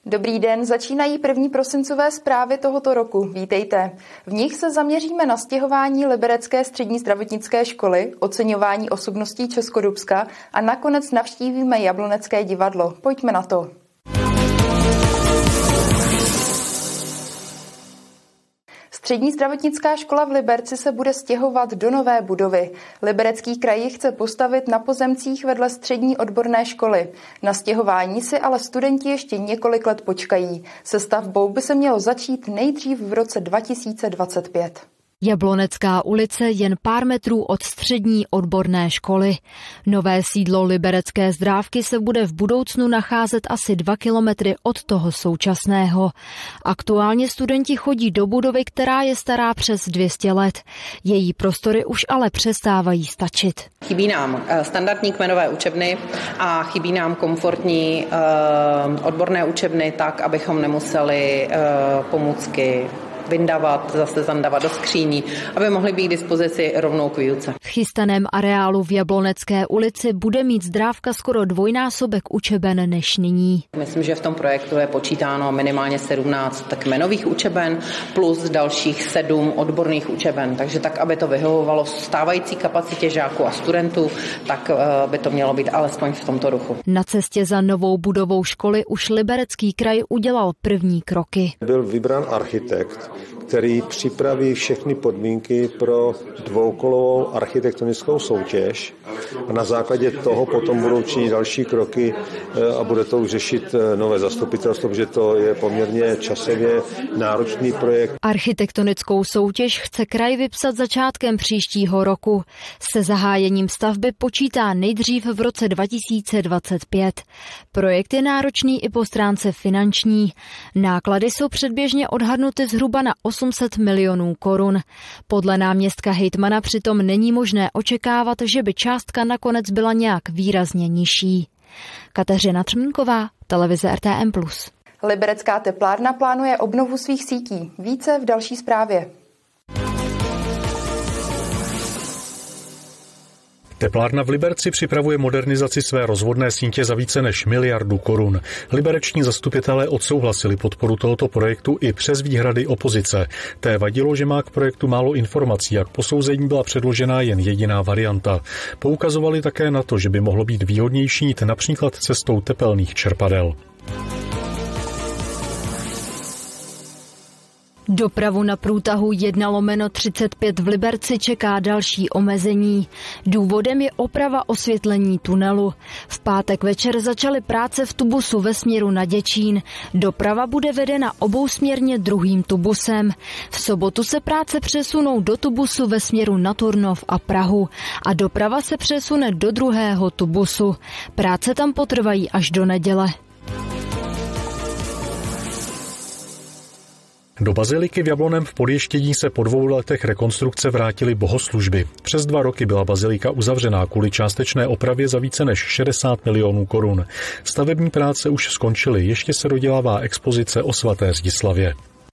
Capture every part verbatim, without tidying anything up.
Dobrý den, začínají první prosincové zprávy tohoto roku. Vítejte. V nich se zaměříme na stěhování Liberecké střední zdravotnické školy, oceňování osobností Českodubska a nakonec navštívíme Jablonecké divadlo. Pojďme na to. Střední zdravotnická škola v Liberci se bude stěhovat do nové budovy. Liberecký kraj ji chce postavit na pozemcích vedle střední odborné školy. Na stěhování si ale studenti ještě několik let počkají. Se stavbou by se mělo začít nejdřív v roce dva tisíce dvacet pět. Jablonecká ulice jen pár metrů od střední odborné školy. Nové sídlo Liberecké zdrávky se bude v budoucnu nacházet asi dva kilometry od toho současného. Aktuálně studenti chodí do budovy, která je stará přes dvě stě let. Její prostory už ale přestávají stačit. Chybí nám standardní kmenové učebny a chybí nám komfortní odborné učebny tak, abychom nemuseli pomůcky vyndavat, zase zandavat do skříní, aby mohly být k dispozici rovnou k výuce. V chystaném areálu v Jablonecké ulici bude mít zdrávka skoro dvojnásobek učeben než nyní. Myslím, že v tom projektu je počítáno minimálně sedmnáct kmenových učeben plus dalších sedm odborných učeben, takže tak, aby to vyhovovalo stávající kapacitě žáků a studentů, tak by to mělo být alespoň v tomto duchu. Na cestě za novou budovou školy už Liberecký kraj udělal první kroky. Byl vybrán architekt, který připraví všechny podmínky pro dvoukolovou architektonickou soutěž a na základě toho potom budou činit další kroky a bude to už řešit nové zastupitelstvo, protože to je poměrně časově náročný projekt. Architektonickou soutěž chce kraj vypsat začátkem příštího roku. Se zahájením stavby počítá nejdřív v roce dva tisíce dvacet pět. Projekt je náročný i po stránce finanční. Náklady jsou předběžně odhadnuty zhruba na osm set milionů korun. Podle náměstka hejtmana přitom není možné očekávat, že by částka nakonec byla nějak výrazně nižší. Kateřina Třmínková, televize R T M plus. Liberecká teplárna plánuje obnovu svých sítí. Více v další zprávě. Teplárna v Liberci připravuje modernizaci své rozvodné sítě za více než miliardu korun. Libereční zastupitelé odsouhlasili podporu tohoto projektu i přes výhrady opozice. Té vadilo, že má k projektu málo informací a k posouzení byla předložena jen jediná varianta. Poukazovali také na to, že by mohlo být výhodnější jít například cestou tepelných čerpadel. Dopravu na průtahu jedna lomeno třicet pět v Liberci čeká další omezení. Důvodem je oprava osvětlení tunelu. V pátek večer začaly práce v tubusu ve směru na Děčín. Doprava bude vedena obousměrně druhým tubusem. V sobotu se práce přesunou do tubusu ve směru na Turnov a Prahu a doprava se přesune do druhého tubusu. Práce tam potrvají až do neděle. Do baziliky v Jabloném v Podještědí se po dvou letech rekonstrukce vrátily bohoslužby. Přes dva roky byla bazilika uzavřená kvůli částečné opravě za více než šedesát milionů korun. Stavební práce už skončily, ještě se dodělává expozice o svaté Zdislavě.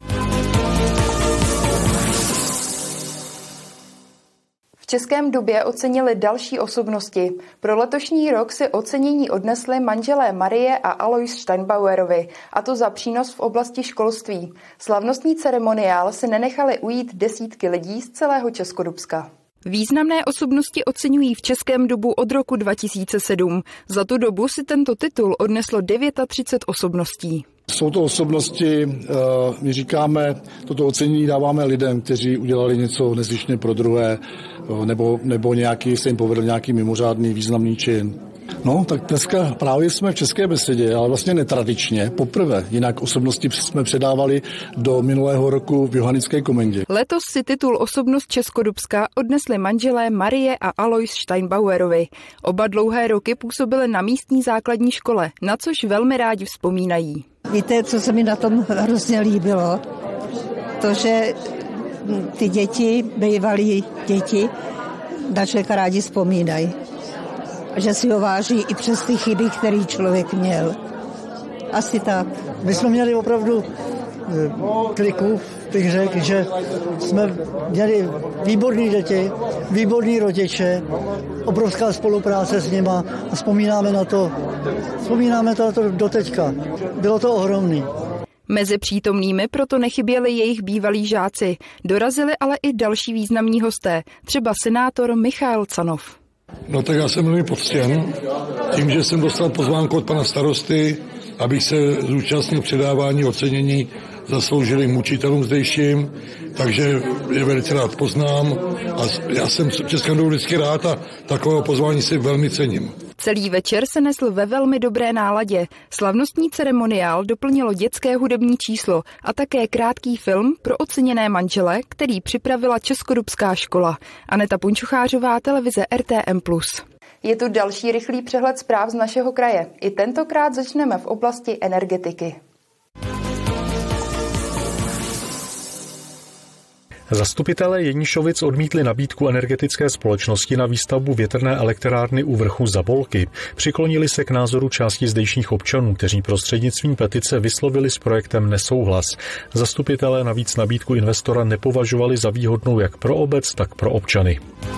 V Českém Dubě ocenili další osobnosti. Pro letošní rok si ocenění odnesli manželé Marie a Alois Steinbauerovi, a to za přínos v oblasti školství. Slavnostní ceremoniál si nenechali ujít desítky lidí z celého Českodubska. Významné osobnosti oceňují v Českém Dubu od roku dva tisíce sedm. Za tu dobu si tento titul odneslo třicet devět osobností. Jsou to osobnosti, my říkáme, toto ocenění dáváme lidem, kteří udělali něco nezvyšně pro druhé, nebo, nebo nějaký, se jim povedl nějaký mimořádný významný čin. No, tak dneska právě jsme v České besedě, ale vlastně netradičně, poprvé. Jinak osobnosti jsme předávali do minulého roku v Johanické komendě. Letos si titul Osobnost Českodubska odnesli manželé Marie a Alois Steinbauerovi. Oba dlouhé roky působili na místní základní škole, na což velmi rádi vzpomínají. Víte, co se mi na tom hrozně líbilo? To, že ty děti, bývalí děti, na člověka rádi vzpomínají. Že si ho váží i přes ty chyby, které člověk měl. Asi tak. My jsme měli opravdu kliku bych řekl, že jsme měli výborný děti, výborný rodiče, obrovská spolupráce s nima a vzpomínáme na to, vzpomínáme to, na to doteďka. Bylo to ohromný. Mezi přítomnými proto nechyběli jejich bývalí žáci. Dorazili ale i další významní hosté, třeba senátor Michael Canov. No tak já jsem velmi poctěn tím, že jsem dostal pozvánku od pana starosty, abych se zúčastnil předávání ocenění zasloužilým učitelům zdejším, takže je velice rád poznám a já jsem v Českém dobu vždycky rád a takového pozvání si velmi cením. Celý večer se nesl ve velmi dobré náladě. Slavnostní ceremoniál doplnilo dětské hudební číslo a také krátký film pro oceněné manžele, který připravila Českodubská škola. Aneta Punčuchářová, televize R T M plus. Je tu další rychlý přehled zpráv z našeho kraje. I tentokrát začneme v oblasti energetiky. Zastupitelé Jenišovic odmítli nabídku energetické společnosti na výstavbu větrné elektrárny u vrchu Zabolky. Přiklonili se k názoru části zdejších občanů, kteří prostřednictvím petice vyslovili s projektem nesouhlas. Zastupitelé navíc nabídku investora nepovažovali za výhodnou jak pro obec, tak pro občany.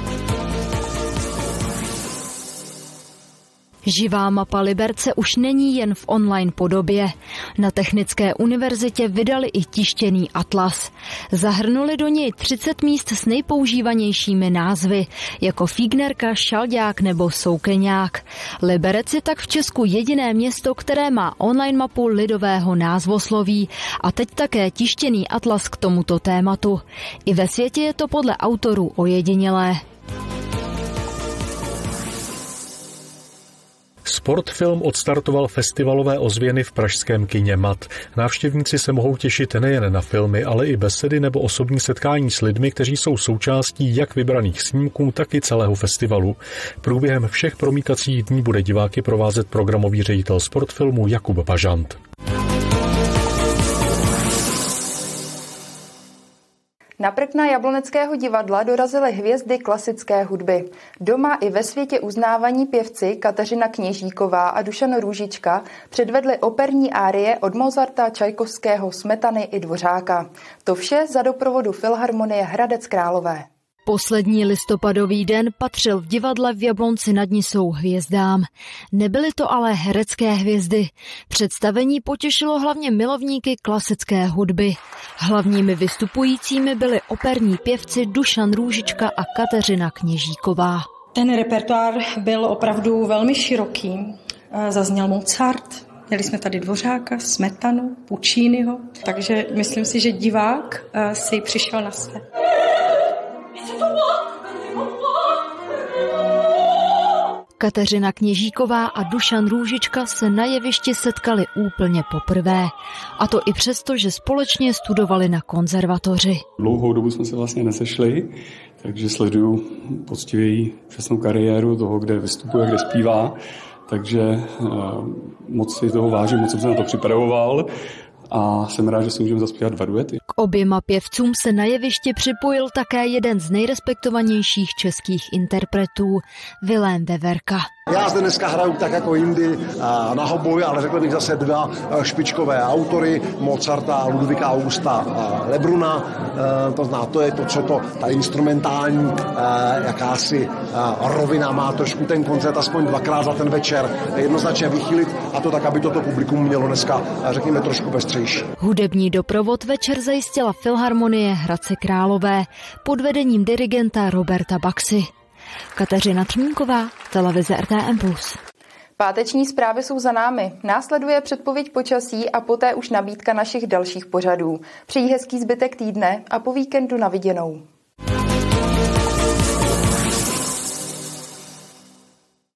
Živá mapa Liberce už není jen v online podobě. Na Technické univerzitě vydali i tištěný atlas. Zahrnuli do něj třicet míst s nejpoužívanějšími názvy, jako Fígnerka, Šalďák nebo Soukeňák. Liberec je tak v Česku jediné město, které má online mapu lidového názvosloví a teď také tištěný atlas k tomuto tématu. I ve světě je to podle autorů ojedinělé. Sportfilm odstartoval festivalové ozvěny v pražském kině Mat. Návštěvníci se mohou těšit nejen na filmy, ale i besedy nebo osobní setkání s lidmi, kteří jsou součástí jak vybraných snímků, tak i celého festivalu. Průběhem všech promítacích dní bude diváky provázet programový ředitel Sportfilmu Jakub Bažant. Na prkna Jabloneckého divadla dorazily hvězdy klasické hudby. Doma i ve světě uznávaní pěvci Kateřina Kněžíková a Dušan Růžička předvedli operní árie od Mozarta, Čajkovského, Smetany i Dvořáka. To vše za doprovodu Filharmonie Hradec Králové. Poslední listopadový den patřil v divadle v Jablonci nad Nisou hvězdám. Nebyly to ale herecké hvězdy. Představení potěšilo hlavně milovníky klasické hudby. Hlavními vystupujícími byli operní pěvci Dušan Růžička a Kateřina Kněžíková. Ten repertoár byl opravdu velmi široký. Zazněl Mozart, měli jsme tady Dvořáka, Smetanu, Pucciniho, takže myslím si, že divák si přišel na své. Kateřina Kněžíková a Dušan Růžička se na jevišti setkali úplně poprvé. A to i přesto, že společně studovali na konzervatoři. Dlouhou dobu jsme se vlastně nesešli, takže sleduju poctivě její přesnou kariéru toho, kde vystupuje, kde zpívá. Takže uh, moc si toho vážím, moc jsem se na to připravoval. A jsem rád, že si můžeme zaspívat dva duety. K oběma pěvcům se na jevišti připojil také jeden z nejrespektovanějších českých interpretů, Vilém Veverka. Já zde dneska hraju tak jako jindy na hoboj, ale řekl bych zase dva špičkové autory, Mozarta a Ludvíka Augusta Lebruna. To zná, to je to, co to, ta instrumentální jakási rovina má trošku ten koncert aspoň dvakrát za ten večer jednoznačně vychýlit a to tak, aby toto publikum mělo dneska, řekněme, trošku pestřejší. Hudební doprovod večer zajistila Filharmonie Hradce Králové pod vedením dirigenta Roberta Baxy. Kateřina Třmínková, televize R T M plus. Páteční zprávy jsou za námi. Následuje předpověď počasí a poté už nabídka našich dalších pořadů. Přeji hezký zbytek týdne a po víkendu na viděnou.